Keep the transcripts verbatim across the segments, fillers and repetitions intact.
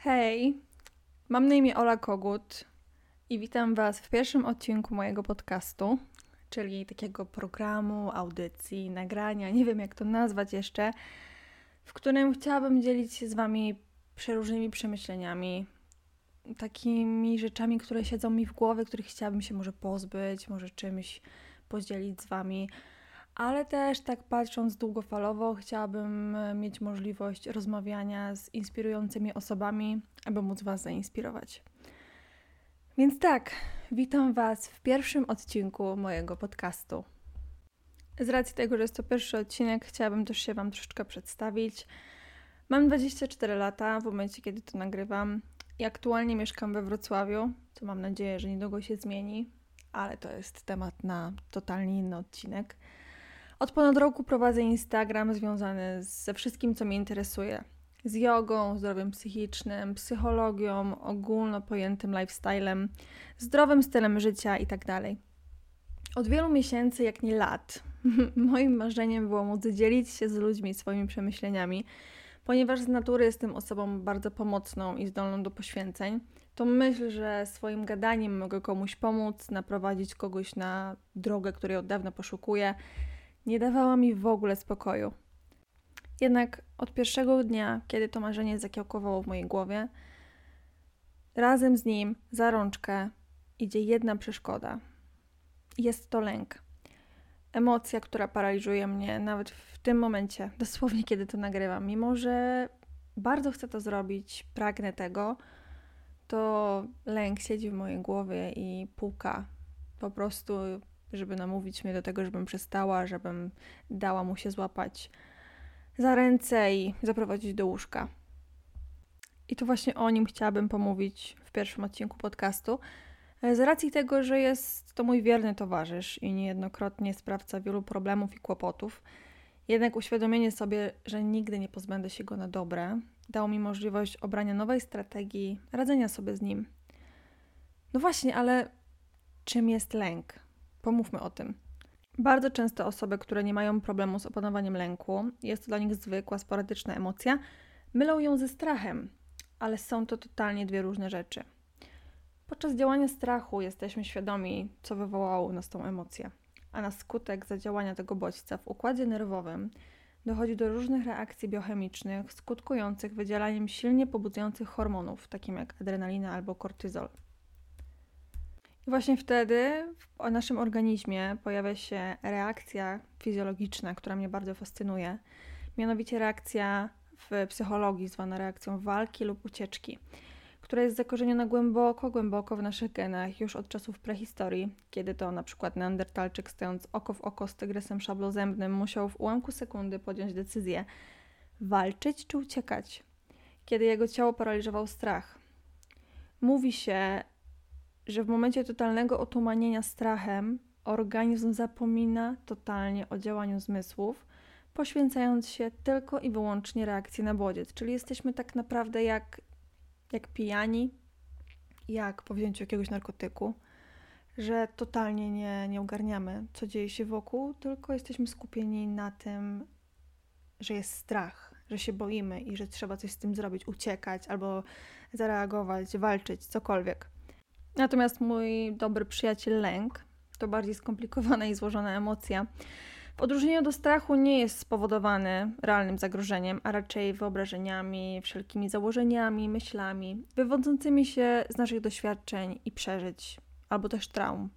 Hej, mam na imię Ola Kogut i witam Was w pierwszym odcinku mojego podcastu, czyli takiego programu, audycji, nagrania, nie wiem jak to nazwać jeszcze, w którym chciałabym dzielić się z Wami przeróżnymi przemyśleniami, takimi rzeczami, które siedzą mi w głowie, których chciałabym się może pozbyć, może czymś podzielić z Wami, ale też tak patrząc długofalowo chciałabym mieć możliwość rozmawiania z inspirującymi osobami, aby móc Was zainspirować. Więc tak, witam Was w pierwszym odcinku mojego podcastu. Z racji tego, że jest to pierwszy odcinek, chciałabym też się Wam troszeczkę przedstawić. Mam dwadzieścia cztery lata w momencie, kiedy to nagrywam i aktualnie mieszkam we Wrocławiu, co mam nadzieję, że niedługo się zmieni, ale to jest temat na totalnie inny odcinek. Od ponad roku prowadzę Instagram związany ze wszystkim, co mnie interesuje. Z jogą, zdrowiem psychicznym, psychologią, ogólno pojętym lifestylem, zdrowym stylem życia itd. Od wielu miesięcy, jak nie lat, moim marzeniem było móc dzielić się z ludźmi swoimi przemyśleniami, ponieważ z natury jestem osobą bardzo pomocną i zdolną do poświęceń, to myślę, że swoim gadaniem mogę komuś pomóc, naprowadzić kogoś na drogę, której od dawna poszukuję, nie dawała mi w ogóle spokoju. Jednak od pierwszego dnia, kiedy to marzenie zakiełkowało w mojej głowie, razem z nim za rączkę idzie jedna przeszkoda. Jest to lęk. Emocja, która paraliżuje mnie nawet w tym momencie, dosłownie kiedy to nagrywam. Mimo że bardzo chcę to zrobić, pragnę tego, to lęk siedzi w mojej głowie i puka. Po prostu, żeby namówić mnie do tego, żebym przestała, żebym dała mu się złapać za ręce i zaprowadzić do łóżka. I to właśnie o nim chciałabym pomówić w pierwszym odcinku podcastu. Z racji tego, że jest to mój wierny towarzysz i niejednokrotnie sprawca wielu problemów i kłopotów, jednak uświadomienie sobie, że nigdy nie pozbędę się go na dobre, dało mi możliwość obrania nowej strategii, radzenia sobie z nim. No właśnie, ale czym jest lęk? Pomówmy o tym. Bardzo często osoby, które nie mają problemu z opanowaniem lęku, jest to dla nich zwykła, sporadyczna emocja, mylą ją ze strachem, ale są to totalnie dwie różne rzeczy. Podczas działania strachu jesteśmy świadomi, co wywołało u nas tą emocję, a na skutek zadziałania tego bodźca w układzie nerwowym dochodzi do różnych reakcji biochemicznych skutkujących wydzielaniem silnie pobudzających hormonów, takim jak adrenalina albo kortyzol. I właśnie wtedy w naszym organizmie pojawia się reakcja fizjologiczna, która mnie bardzo fascynuje, mianowicie reakcja w psychologii zwana reakcją walki lub ucieczki, która jest zakorzeniona głęboko, głęboko w naszych genach już od czasów prehistorii, kiedy to na przykład neandertalczyk stojąc oko w oko z tygrysem szablozębnym musiał w ułamku sekundy podjąć decyzję walczyć czy uciekać, kiedy jego ciało paraliżował strach. Mówi się, że w momencie totalnego otumanienia strachem organizm zapomina totalnie o działaniu zmysłów, poświęcając się tylko i wyłącznie reakcji na bodziec. Czyli jesteśmy tak naprawdę jak, jak pijani, jak po wzięciu jakiegoś narkotyku, że totalnie nie, nie ogarniamy, co dzieje się wokół, tylko jesteśmy skupieni na tym, że jest strach, że się boimy i że trzeba coś z tym zrobić, uciekać albo zareagować, walczyć, cokolwiek. Natomiast mój dobry przyjaciel lęk to bardziej skomplikowana i złożona emocja. W odróżnieniu do strachu nie jest spowodowany realnym zagrożeniem, a raczej wyobrażeniami, wszelkimi założeniami, myślami, wywodzącymi się z naszych doświadczeń i przeżyć, albo też traum.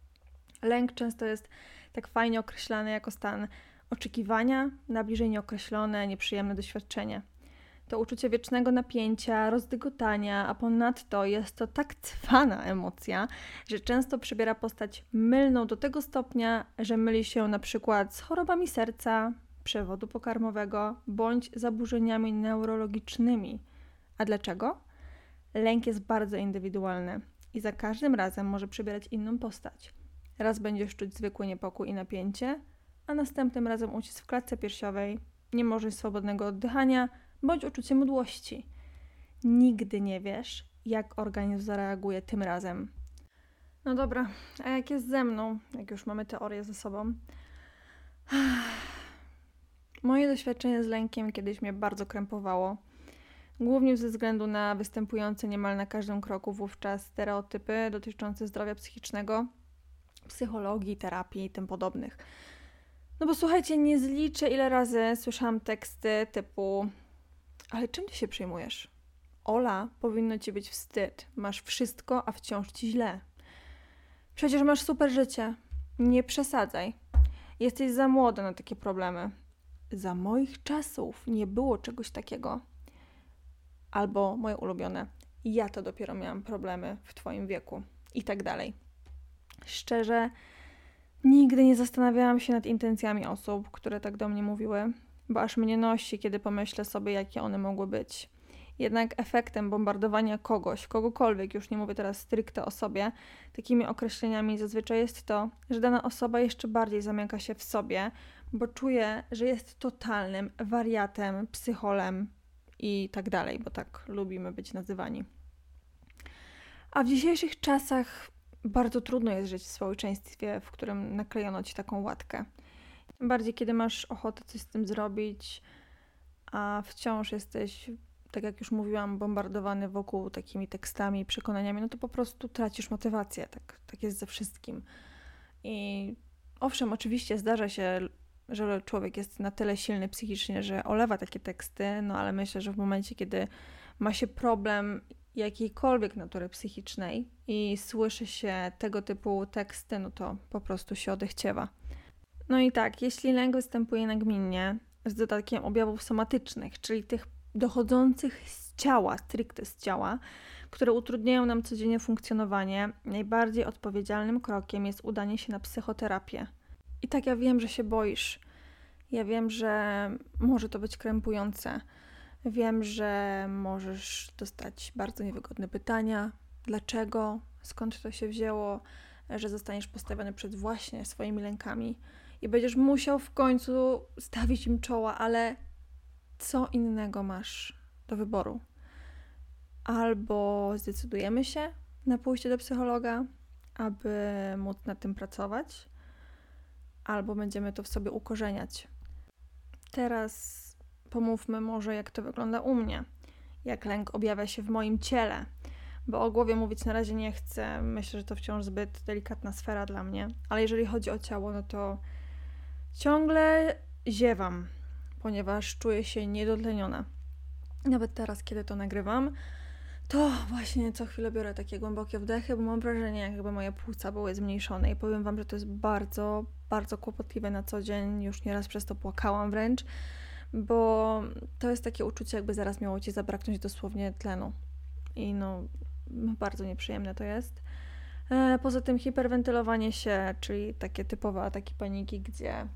Lęk często jest tak fajnie określany jako stan oczekiwania na bliżej nieokreślone, nieprzyjemne doświadczenie. To uczucie wiecznego napięcia, rozdygotania, a ponadto jest to tak cwana emocja, że często przybiera postać mylną do tego stopnia, że myli się na przykład z chorobami serca, przewodu pokarmowego bądź zaburzeniami neurologicznymi. A dlaczego? Lęk jest bardzo indywidualny i za każdym razem może przybierać inną postać. Raz będziesz czuć zwykły niepokój i napięcie, a następnym razem ucisk w klatce piersiowej, niemożność swobodnego oddychania, bądź uczucie mdłości. Nigdy nie wiesz, jak organizm zareaguje tym razem. No dobra, a jak jest ze mną, jak już mamy teorię ze sobą? Moje doświadczenie z lękiem kiedyś mnie bardzo krępowało. głównie ze względu na występujące niemal na każdym kroku wówczas stereotypy dotyczące zdrowia psychicznego, psychologii, terapii i tym podobnych. No bo słuchajcie, nie zliczę ile razy słyszałam teksty typu: ale czym ty się przejmujesz? Ola, powinno ci być wstyd. Masz wszystko, a wciąż ci źle. Przecież masz super życie. Nie przesadzaj. Jesteś za młoda na takie problemy. Za moich czasów nie było czegoś takiego. Albo moje ulubione: ja to dopiero miałam problemy w twoim wieku. I tak dalej. Szczerze, nigdy nie zastanawiałam się nad intencjami osób, które tak do mnie mówiły, bo aż mnie nosi, kiedy pomyślę sobie, jakie one mogły być. Jednak efektem bombardowania kogoś, kogokolwiek, już nie mówię teraz stricte o sobie, takimi określeniami zazwyczaj jest to, że dana osoba jeszcze bardziej zamyka się w sobie, bo czuje, że jest totalnym wariatem, psycholem i tak dalej, bo tak lubimy być nazywani. A w dzisiejszych czasach bardzo trudno jest żyć w społeczeństwie, w którym naklejono ci taką łatkę. Tym bardziej, kiedy masz ochotę coś z tym zrobić, a wciąż jesteś, tak jak już mówiłam, bombardowany wokół takimi tekstami i przekonaniami, no to po prostu tracisz motywację. Tak, tak jest ze wszystkim. I owszem, oczywiście zdarza się, że człowiek jest na tyle silny psychicznie, że olewa takie teksty, no ale myślę, że w momencie, kiedy ma się problem jakiejkolwiek natury psychicznej i słyszy się tego typu teksty, no to po prostu się odechciewa. No i tak, jeśli lęk występuje nagminnie, z dodatkiem objawów somatycznych, czyli tych dochodzących z ciała, stricte z ciała, które utrudniają nam codziennie funkcjonowanie, najbardziej odpowiedzialnym krokiem jest udanie się na psychoterapię. I tak, ja wiem, że się boisz. Ja wiem, że może to być krępujące. Wiem, że możesz dostać bardzo niewygodne pytania. Dlaczego? Skąd to się wzięło? Że zostaniesz postawiony przed właśnie swoimi lękami i będziesz musiał w końcu stawić im czoła, ale co innego masz do wyboru? Albo zdecydujemy się na pójście do psychologa, aby móc nad tym pracować, albo będziemy to w sobie ukorzeniać. Teraz pomówmy może, jak to wygląda u mnie, jak lęk objawia się w moim ciele, bo o głowie mówić na razie nie chcę, myślę, że to wciąż zbyt delikatna sfera dla mnie, ale jeżeli chodzi o ciało, no to ciągle ziewam, ponieważ czuję się niedotleniona. Nawet teraz, kiedy to nagrywam, to właśnie co chwilę biorę takie głębokie wdechy, bo mam wrażenie, jakby moje płuca były zmniejszone i powiem wam, że to jest bardzo, bardzo kłopotliwe na co dzień, już nieraz przez to płakałam wręcz, bo to jest takie uczucie, jakby zaraz miało ci zabraknąć dosłownie tlenu i no bardzo nieprzyjemne to jest. E, poza tym hiperwentylowanie się, czyli takie typowe ataki paniki, gdzie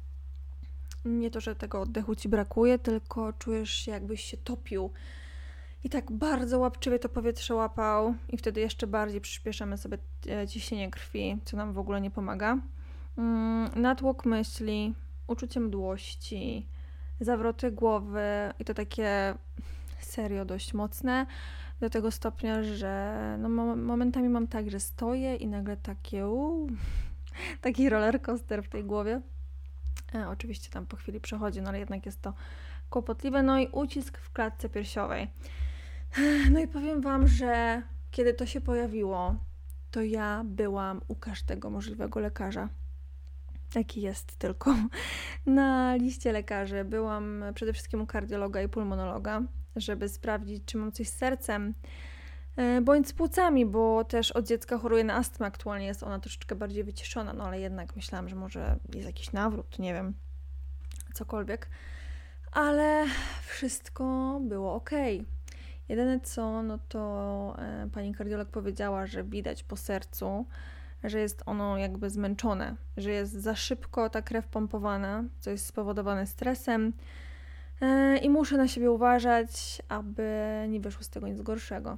nie to, że tego oddechu ci brakuje, tylko czujesz się, jakbyś się topił i tak bardzo łapczywie to powietrze łapał i wtedy jeszcze bardziej przyspieszamy sobie ciśnienie krwi, co nam w ogóle nie pomaga. Mm, natłok myśli, uczucie mdłości, zawroty głowy i to takie serio dość mocne, do tego stopnia, że no momentami mam tak, że stoję i nagle takie uu, taki roller coaster w tej głowie. E, oczywiście tam po chwili przechodzi, no ale jednak jest to kłopotliwe. No i ucisk w klatce piersiowej. No i powiem wam, że kiedy to się pojawiło, to ja byłam u każdego możliwego lekarza, jaki jest tylko na liście lekarzy. Byłam przede wszystkim u kardiologa i pulmonologa, żeby sprawdzić, czy mam coś z sercem, bądź z płucami, bo też od dziecka choruję na astmę. Aktualnie jest ona troszeczkę bardziej wyciszona, no ale jednak myślałam, że może jest jakiś nawrót, nie wiem, cokolwiek. Ale wszystko było okej. Jedyne co, no to e, pani kardiolog powiedziała, że widać po sercu, że jest ono jakby zmęczone, że jest za szybko ta krew pompowana, co jest spowodowane stresem e, i muszę na siebie uważać, aby nie wyszło z tego nic gorszego.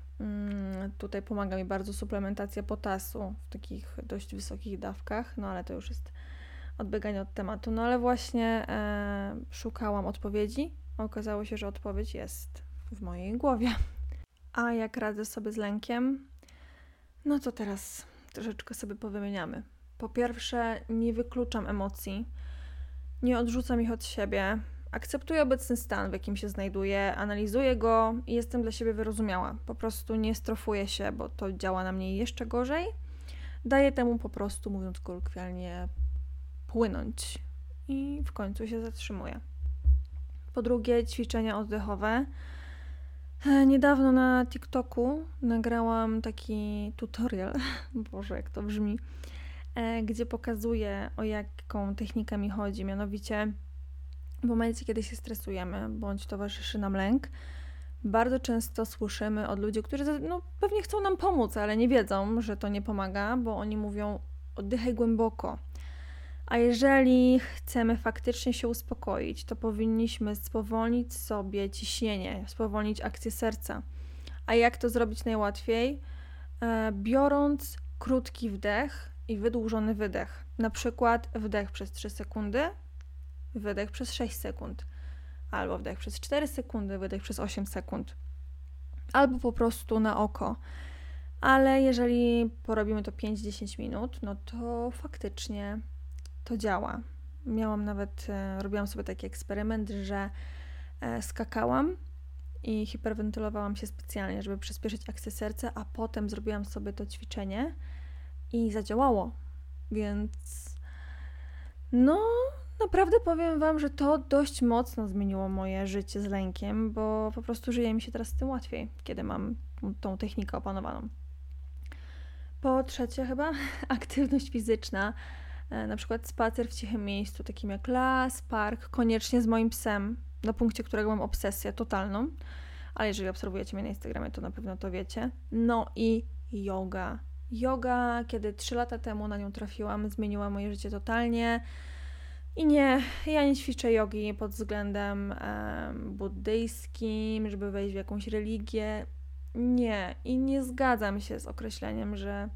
Mm, tutaj pomaga mi bardzo suplementacja potasu w takich dość wysokich dawkach, no ale to już jest odbieganie od tematu. No ale właśnie e, szukałam odpowiedzi, a okazało się, że odpowiedź jest w mojej głowie. A jak radzę sobie z lękiem? No to teraz troszeczkę sobie powymieniamy. Po pierwsze, nie wykluczam emocji, nie odrzucam ich od siebie, akceptuję obecny stan, w jakim się znajduję, analizuję go i jestem dla siebie wyrozumiała. Po prostu nie strofuję się, bo to działa na mnie jeszcze gorzej. Daję temu po prostu, mówiąc kolokwialnie, płynąć i w końcu się zatrzymuję. Po drugie, ćwiczenia oddechowe. Niedawno na TikToku nagrałam taki tutorial, Boże jak to brzmi, gdzie pokazuję, o jaką technikę mi chodzi. Mianowicie w momencie, kiedy się stresujemy, bądź towarzyszy nam lęk, bardzo często słyszymy od ludzi, którzy no, pewnie chcą nam pomóc, ale nie wiedzą, że to nie pomaga, bo oni mówią: oddychaj głęboko. A jeżeli chcemy faktycznie się uspokoić, to powinniśmy spowolnić sobie ciśnienie, spowolnić akcję serca. A jak to zrobić najłatwiej? E, biorąc krótki wdech i wydłużony wydech. Na przykład wdech przez trzy sekundy, wydech przez sześć sekund. Albo wdech przez cztery sekundy, wydech przez osiem sekund. Albo po prostu na oko. Ale jeżeli porobimy to pięć do dziesięciu minut, no to faktycznie to działa. Miałam nawet, e, robiłam sobie taki eksperyment, że e, skakałam i hiperwentylowałam się specjalnie, żeby przyspieszyć akcję serca, a potem zrobiłam sobie to ćwiczenie i zadziałało. Więc no, naprawdę powiem Wam, że to dość mocno zmieniło moje życie z lękiem, bo po prostu żyje mi się teraz z tym łatwiej, kiedy mam tą technikę opanowaną. Po trzecie chyba aktywność fizyczna, na przykład spacer w cichym miejscu, takim jak las, park, koniecznie z moim psem, na punkcie którego mam obsesję totalną, ale jeżeli obserwujecie mnie na Instagramie, to na pewno to wiecie. No i yoga. Yoga, kiedy trzy lata temu na nią trafiłam, zmieniła moje życie totalnie. I nie, ja nie ćwiczę jogi pod względem um, buddyjskim, żeby wejść w jakąś religię. Nie. I nie zgadzam się z określeniem, że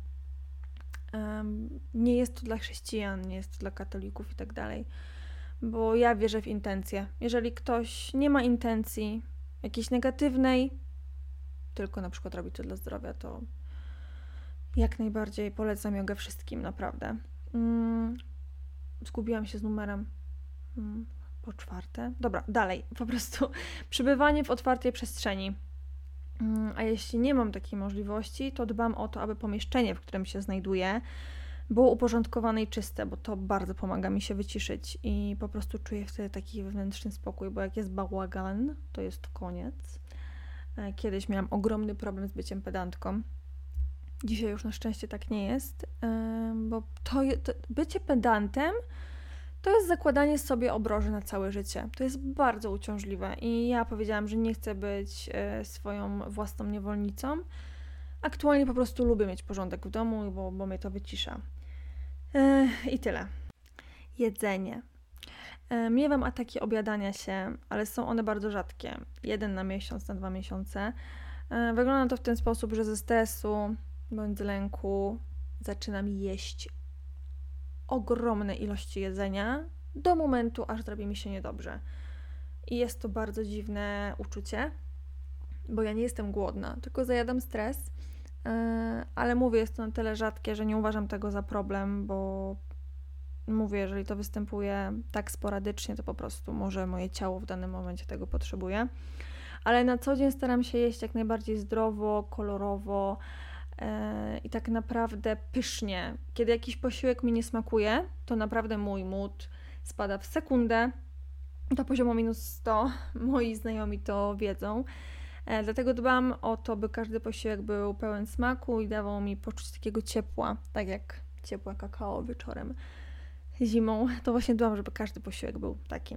um, nie jest to dla chrześcijan, nie jest to dla katolików i tak dalej. Bo ja wierzę w intencje. Jeżeli ktoś nie ma intencji jakiejś negatywnej, tylko na przykład robi to dla zdrowia, to jak najbardziej polecam jogę wszystkim, naprawdę. Mm. Zgubiłam się z numerem. Hmm, po czwarte. Dobra, dalej. Po prostu przebywanie w otwartej przestrzeni. Hmm, a jeśli nie mam takiej możliwości, to dbam o to, aby pomieszczenie, w którym się znajduję, było uporządkowane i czyste, bo to bardzo pomaga mi się wyciszyć i po prostu czuję wtedy taki wewnętrzny spokój, bo jak jest bałagan, to jest koniec. Kiedyś miałam ogromny problem z byciem pedantką. Dzisiaj już na szczęście tak nie jest, bo to, to bycie pedantem to jest zakładanie sobie obroży na całe życie. To jest bardzo uciążliwe i ja powiedziałam, że nie chcę być swoją własną niewolnicą. Aktualnie po prostu lubię mieć porządek w domu, bo, bo mnie to wycisza. I tyle. Jedzenie. Miewam ataki objadania się, ale są one bardzo rzadkie. Jeden na miesiąc, na dwa miesiące. Wygląda to w ten sposób, że ze stresu bądź z lęku zaczynam jeść ogromne ilości jedzenia do momentu, aż zrobi mi się niedobrze. I jest to bardzo dziwne uczucie, bo ja nie jestem głodna, tylko zajadam stres, yy, ale mówię, jest to na tyle rzadkie, że nie uważam tego za problem, bo mówię, jeżeli to występuje tak sporadycznie, to po prostu może moje ciało w danym momencie tego potrzebuje. Ale na co dzień staram się jeść jak najbardziej zdrowo, kolorowo, i tak naprawdę pysznie. Kiedy jakiś posiłek mi nie smakuje, to naprawdę mój mód spada w sekundę do poziomu minus sto. Moi znajomi to wiedzą. Dlatego dbam o to, by każdy posiłek był pełen smaku i dawał mi poczucie takiego ciepła, tak jak ciepłe kakao wieczorem zimą. To właśnie dbam, żeby każdy posiłek był taki.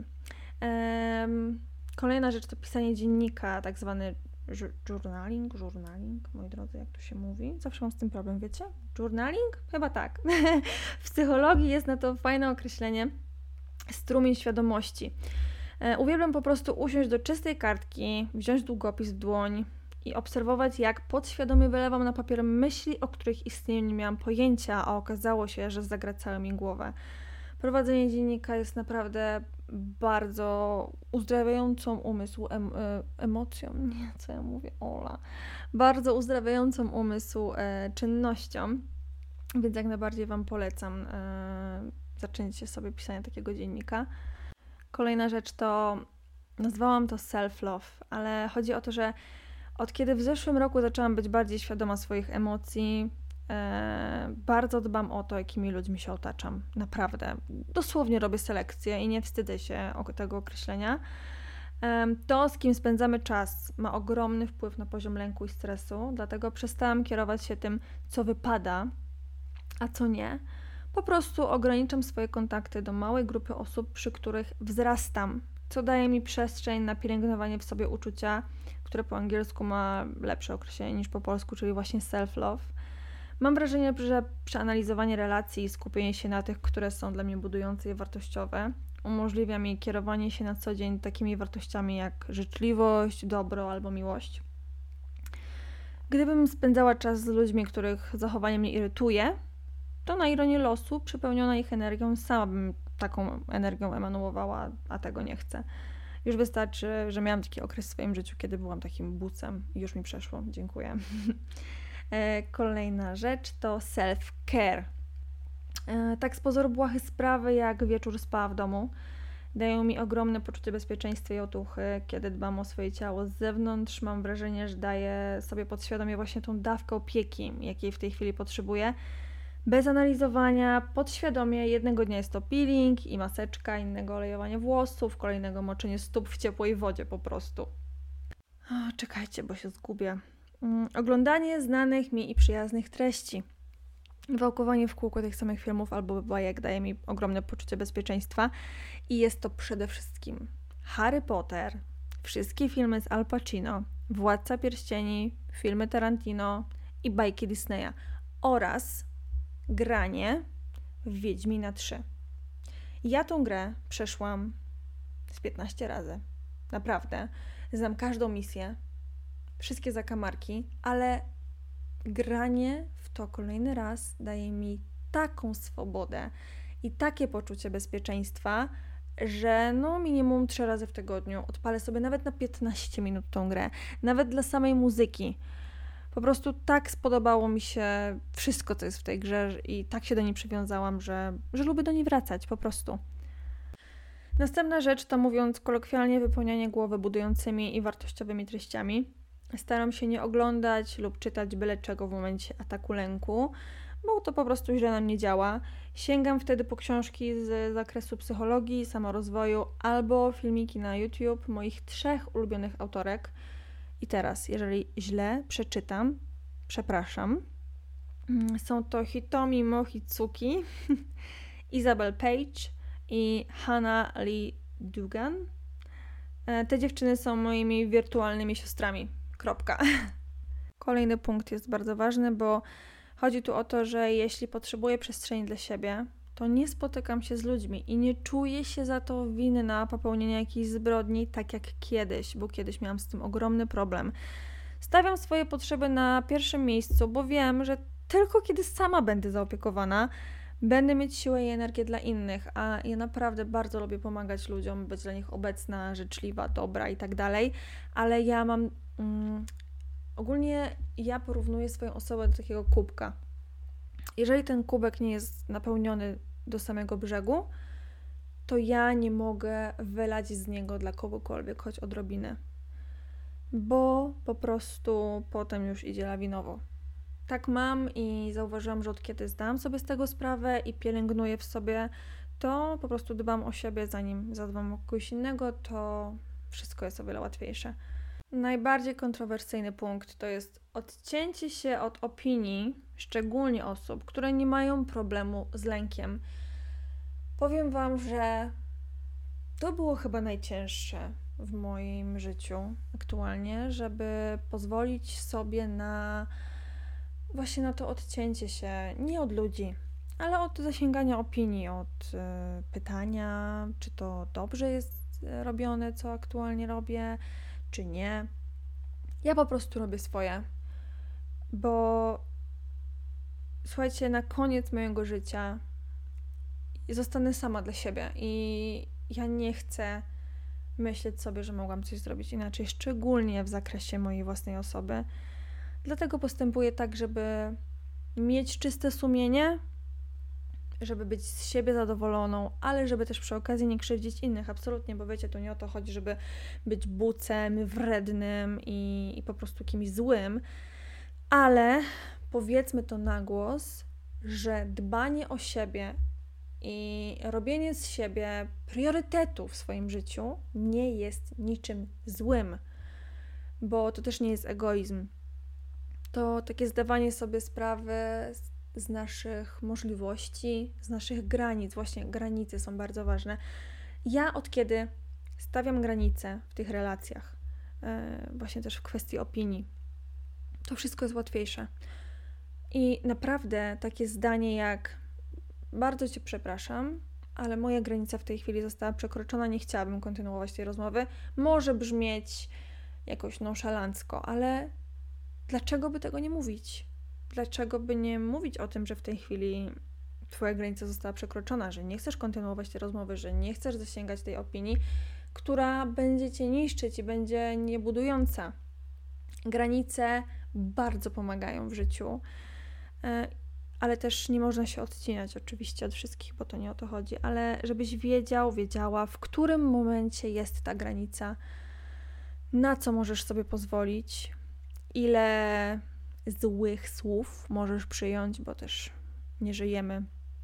Kolejna rzecz to pisanie dziennika, tak zwany journaling, journaling, moi drodzy, jak to się mówi? Zawsze mam z tym problem, wiecie? Journaling? Chyba tak. W psychologii jest na to fajne określenie strumień świadomości. E, uwielbiam po prostu usiąść do czystej kartki, wziąć długopis w dłoń i obserwować, jak podświadomie wylewam na papier myśli, o których istnieniu nie miałam pojęcia, a okazało się, że zagracały mi głowę. Prowadzenie dziennika jest naprawdę bardzo uzdrawiającą umysł, em, emocją, nie, co ja mówię, Ola, bardzo uzdrawiającą umysł e, czynnością, więc jak najbardziej Wam polecam e, zaczęcie sobie pisania takiego dziennika. Kolejna rzecz to nazwałam to self-love, ale chodzi o to, że od kiedy w zeszłym roku zaczęłam być bardziej świadoma swoich emocji, e, bardzo dbam o to, jakimi ludźmi się otaczam. Naprawdę. Dosłownie robię selekcję i nie wstydzę się o tego określenia. E, to, z kim spędzamy czas, ma ogromny wpływ na poziom lęku i stresu, dlatego przestałam kierować się tym, co wypada, a co nie. Po prostu ograniczam swoje kontakty do małej grupy osób, przy których wzrastam, co daje mi przestrzeń na pielęgnowanie w sobie uczucia, które po angielsku ma lepsze określenie niż po polsku, czyli właśnie self-love. Mam wrażenie, że przeanalizowanie relacji i skupienie się na tych, które są dla mnie budujące i wartościowe, umożliwia mi kierowanie się na co dzień takimi wartościami jak życzliwość, dobro albo miłość. Gdybym spędzała czas z ludźmi, których zachowanie mnie irytuje, to na ironię losu, przepełniona ich energią, sama bym taką energią emanuowała, a tego nie chcę. Już wystarczy, że miałam taki okres w swoim życiu, kiedy byłam takim bucem i już mi przeszło. Dziękuję. Kolejna rzecz to self-care. Tak z pozoru błahe sprawy jak wieczór spa w domu dają mi ogromne poczucie bezpieczeństwa i otuchy. Kiedy dbam o swoje ciało z zewnątrz, mam wrażenie, że daję sobie podświadomie właśnie tą dawkę opieki, jakiej w tej chwili potrzebuję. Bez analizowania, podświadomie, jednego dnia jest to peeling i maseczka, innego olejowanie włosów, kolejnego moczenie stóp w ciepłej wodzie po prostu. O, czekajcie, bo się zgubię. Mm, oglądanie znanych mi i przyjaznych treści. Wałkowanie w kółko tych samych filmów albo bajek daje mi ogromne poczucie bezpieczeństwa i jest to przede wszystkim Harry Potter, wszystkie filmy z Al Pacino, Władca Pierścieni, filmy Tarantino i bajki Disneya oraz granie w Wiedźmina trzy. Ja tą grę przeszłam z piętnaście razy. Naprawdę. Znam każdą misję, wszystkie zakamarki, ale granie w to kolejny raz daje mi taką swobodę i takie poczucie bezpieczeństwa, że no minimum trzy razy w tygodniu odpalę sobie nawet na piętnaście minut tą grę. Nawet dla samej muzyki. Po prostu tak spodobało mi się wszystko, co jest w tej grze i tak się do niej przywiązałam, że, że lubię do niej wracać, po prostu. Następna rzecz to, mówiąc kolokwialnie, wypełnianie głowy budującymi i wartościowymi treściami. Staram się nie oglądać lub czytać byle czego w momencie ataku lęku, bo to po prostu źle na mnie działa. Sięgam wtedy po książki z zakresu psychologii, samorozwoju albo filmiki na YouTube moich trzech ulubionych autorek. I teraz, jeżeli źle przeczytam, przepraszam, są to Hitomi Mochizuki, Isabel Page i Hannah Lee Dugan. Te dziewczyny są moimi wirtualnymi siostrami. Kropka. Kolejny punkt jest bardzo ważny, bo chodzi tu o to, że jeśli potrzebuję przestrzeni dla siebie, to nie spotykam się z ludźmi i nie czuję się za to winna popełnienia jakiejś zbrodni, tak jak kiedyś, bo kiedyś miałam z tym ogromny problem. Stawiam swoje potrzeby na pierwszym miejscu, bo wiem, że tylko kiedy sama będę zaopiekowana, będę mieć siłę i energię dla innych, a ja naprawdę bardzo lubię pomagać ludziom, być dla nich obecna, życzliwa, dobra i tak dalej, ale ja mam... Mm, ogólnie ja porównuję swoją osobę do takiego kubka. Jeżeli ten kubek nie jest napełniony do samego brzegu, to ja nie mogę wylać z niego dla kogokolwiek, choć odrobinę. Bo po prostu potem już idzie lawinowo. Tak mam i zauważyłam, że od kiedy zdałam sobie z tego sprawę i pielęgnuję w sobie, to po prostu dbam o siebie, zanim zadbam o kogoś innego, to wszystko jest o wiele łatwiejsze. Najbardziej kontrowersyjny punkt to jest odcięcie się od opinii, szczególnie osób, które nie mają problemu z lękiem. Powiem Wam, że to było chyba najcięższe w moim życiu aktualnie, żeby pozwolić sobie na właśnie na to odcięcie się, nie od ludzi, ale od zasięgania opinii, od y, pytania, czy to dobrze jest robione, co aktualnie robię, czy nie. Ja po prostu robię swoje, bo słuchajcie, na koniec mojego życia zostanę sama dla siebie i ja nie chcę myśleć sobie, że mogłam coś zrobić inaczej, szczególnie w zakresie mojej własnej osoby. Dlatego postępuję tak, żeby mieć czyste sumienie, żeby być z siebie zadowoloną, ale żeby też przy okazji nie krzywdzić innych, absolutnie, bo wiecie, tu nie o to chodzi, żeby być bucem, wrednym i, i po prostu kimś złym, ale powiedzmy to na głos, że dbanie o siebie i robienie z siebie priorytetu w swoim życiu nie jest niczym złym, bo to też nie jest egoizm. To takie zdawanie sobie sprawy z, z naszych możliwości, z naszych granic. Właśnie granice są bardzo ważne. Ja od kiedy stawiam granice w tych relacjach, yy, właśnie też w kwestii opinii, to wszystko jest łatwiejsze. I naprawdę takie zdanie jak bardzo Cię przepraszam, ale moja granica w tej chwili została przekroczona, nie chciałabym kontynuować tej rozmowy, może brzmieć jakoś nonszalancko, ale dlaczego by tego nie mówić? Dlaczego by nie mówić o tym, że w tej chwili Twoja granica została przekroczona, że nie chcesz kontynuować tej rozmowy, że nie chcesz zasięgać tej opinii, która będzie Cię niszczyć i będzie niebudująca. Granice bardzo pomagają w życiu, ale też nie można się odcinać oczywiście od wszystkich, bo to nie o to chodzi, ale żebyś wiedział, wiedziała, w którym momencie jest ta granica, na co możesz sobie pozwolić, ile złych słów możesz przyjąć, bo też nie żyjemy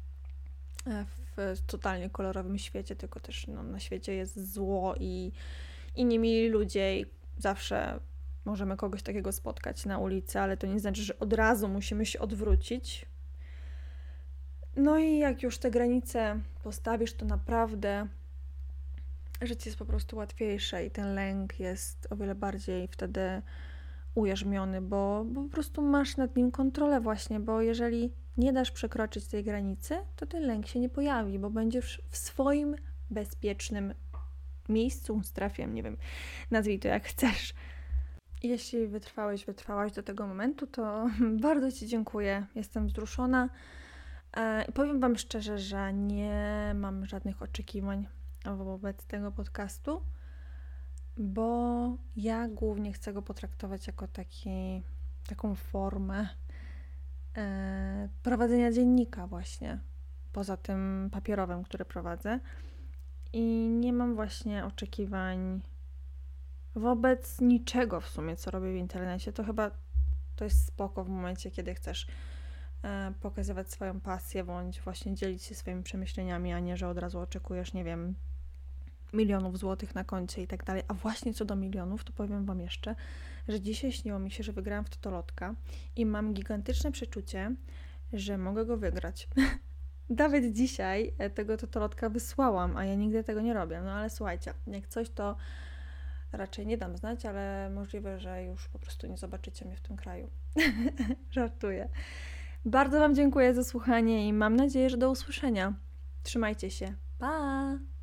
w totalnie kolorowym świecie, tylko też no, na świecie jest zło i, i niemili ludzie i zawsze możemy kogoś takiego spotkać na ulicy, ale to nie znaczy, że od razu musimy się odwrócić. No i jak już te granice postawisz, to naprawdę życie jest po prostu łatwiejsze i ten lęk jest o wiele bardziej wtedy ujarzmiony, bo, bo po prostu masz nad nim kontrolę właśnie, bo jeżeli nie dasz przekroczyć tej granicy, to ten lęk się nie pojawi, bo będziesz w swoim bezpiecznym miejscu, strefie, nie wiem, nazwij to jak chcesz. Jeśli wytrwałeś, wytrwałaś do tego momentu, to bardzo Ci dziękuję. Jestem wzruszona i powiem Wam szczerze, że nie mam żadnych oczekiwań wobec tego podcastu, bo ja głównie chcę go potraktować jako taki, taką formę e, prowadzenia dziennika właśnie, poza tym papierowym, który prowadzę. I nie mam właśnie oczekiwań wobec niczego w sumie, co robię w internecie. To chyba to jest spoko w momencie, kiedy chcesz e, pokazywać swoją pasję, bądź właśnie dzielić się swoimi przemyśleniami, a nie, że od razu oczekujesz, nie wiem, milionów złotych na koncie i tak dalej. A właśnie co do milionów, to powiem Wam jeszcze, że dzisiaj śniło mi się, że wygrałam w totolotka i mam gigantyczne przeczucie, że mogę go wygrać. Nawet dzisiaj tego totolotka wysłałam, a ja nigdy tego nie robię. No ale słuchajcie, jak coś, to raczej nie dam znać, ale możliwe, że już po prostu nie zobaczycie mnie w tym kraju. Żartuję. Bardzo Wam dziękuję za słuchanie i mam nadzieję, że do usłyszenia. Trzymajcie się. Pa!